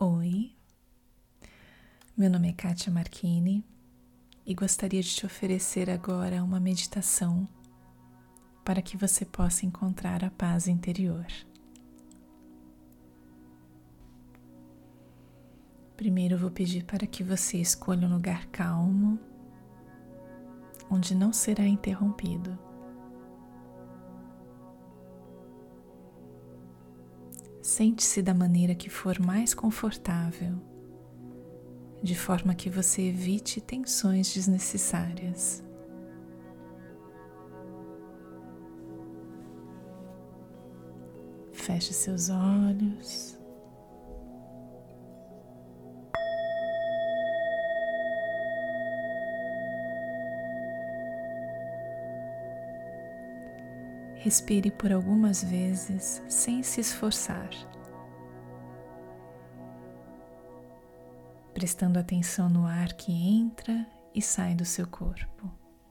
Oi, meu nome é Kátia Marchini e gostaria de te oferecer agora uma meditação para que você possa encontrar a paz interior. Primeiro eu vou pedir para que você escolha um lugar calmo, onde não será interrompido. Sente-se da maneira que for mais confortável, de forma que você evite tensões desnecessárias. Feche seus olhos. Respire por algumas vezes sem se esforçar, prestando atenção no ar que entra e sai do seu corpo.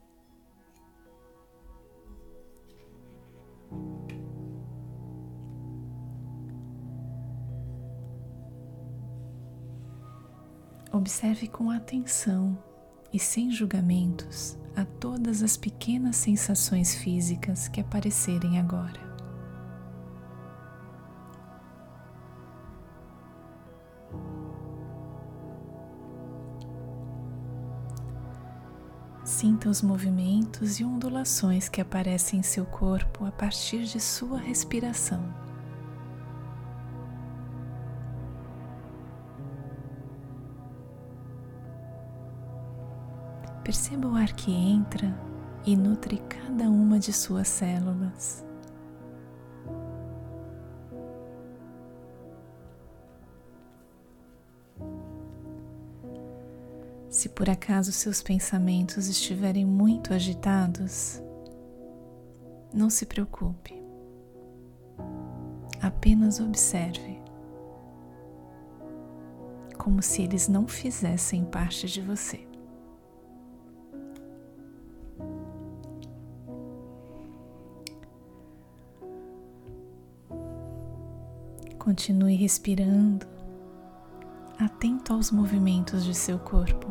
Observe com atenção e sem julgamentos a todas as pequenas sensações físicas que aparecerem agora. Sinta os movimentos e ondulações que aparecem em seu corpo a partir de sua respiração. Perceba o ar que entra e nutre cada uma de suas células. Se por acaso seus pensamentos estiverem muito agitados, não se preocupe. Apenas observe, como se eles não fizessem parte de você. Continue respirando, atento aos movimentos de seu corpo.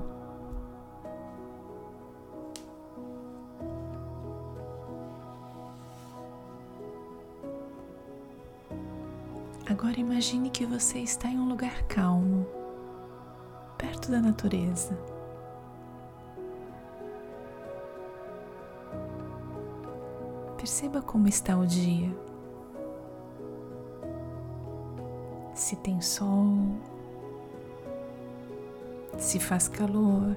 Agora imagine que você está em um lugar calmo, perto da natureza. Perceba como está o dia. Se tem sol, se faz calor.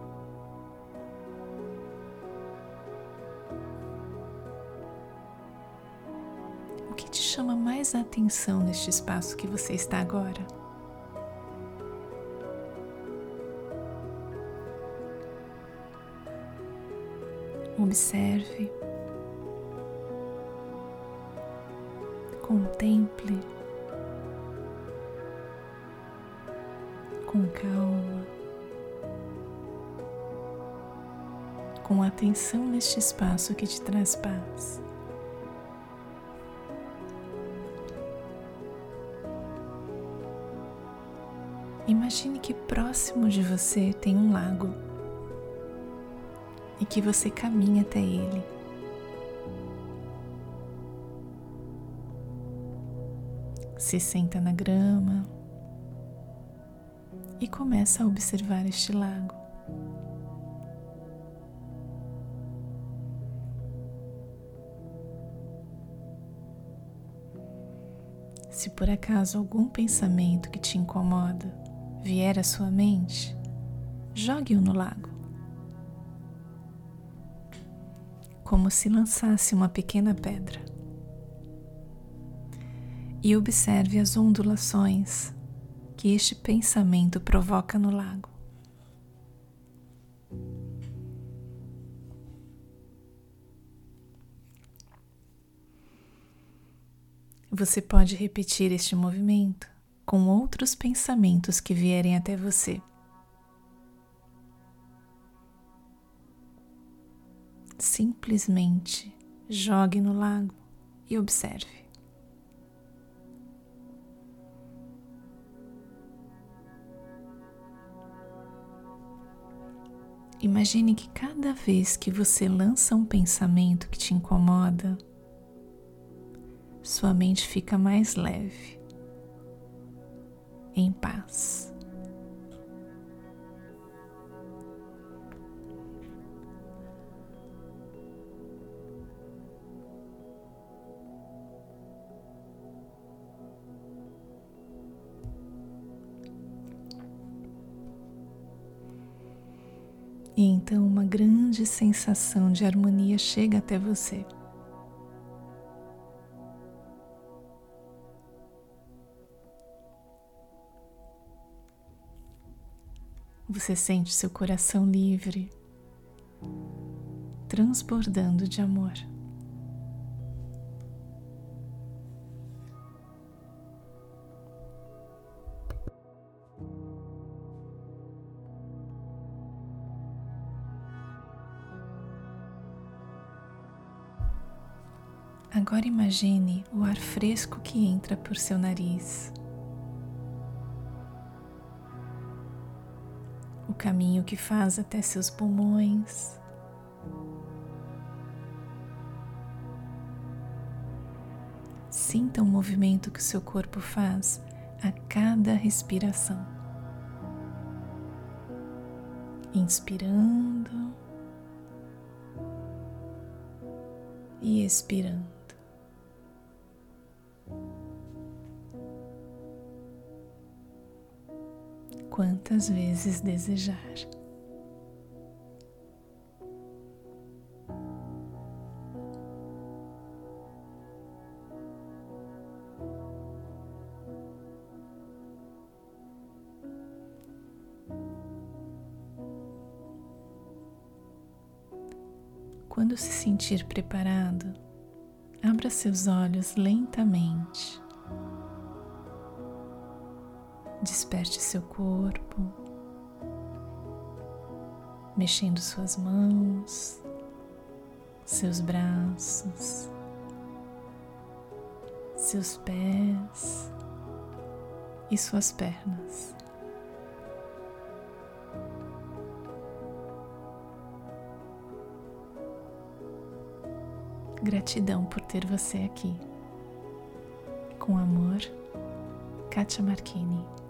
O que te chama mais a atenção neste espaço que você está agora? Observe, contemple com calma, com atenção neste espaço que te traz paz. Imagine que próximo de você tem um lago e que você caminha até ele. Se senta na grama e começa a observar este lago. Se por acaso algum pensamento que te incomoda vier à sua mente, jogue-o no lago, como se lançasse uma pequena pedra. E observe as ondulações que este pensamento provoca no lago. Você pode repetir este movimento com outros pensamentos que vierem até você. Simplesmente jogue no lago e observe. Imagine que cada vez que você lança um pensamento que te incomoda, sua mente fica mais leve, em paz. E então uma grande sensação de harmonia chega até você. Você sente seu coração livre, transbordando de amor. Agora imagine o ar fresco que entra por seu nariz, o caminho que faz até seus pulmões, sinta o movimento que o seu corpo faz a cada respiração, inspirando e expirando. Quantas vezes desejar. Quando se sentir preparado, abra seus olhos lentamente. Desperte seu corpo, mexendo suas mãos, seus braços, seus pés e suas pernas. Gratidão por ter você aqui. Com amor, Kátia Marchini.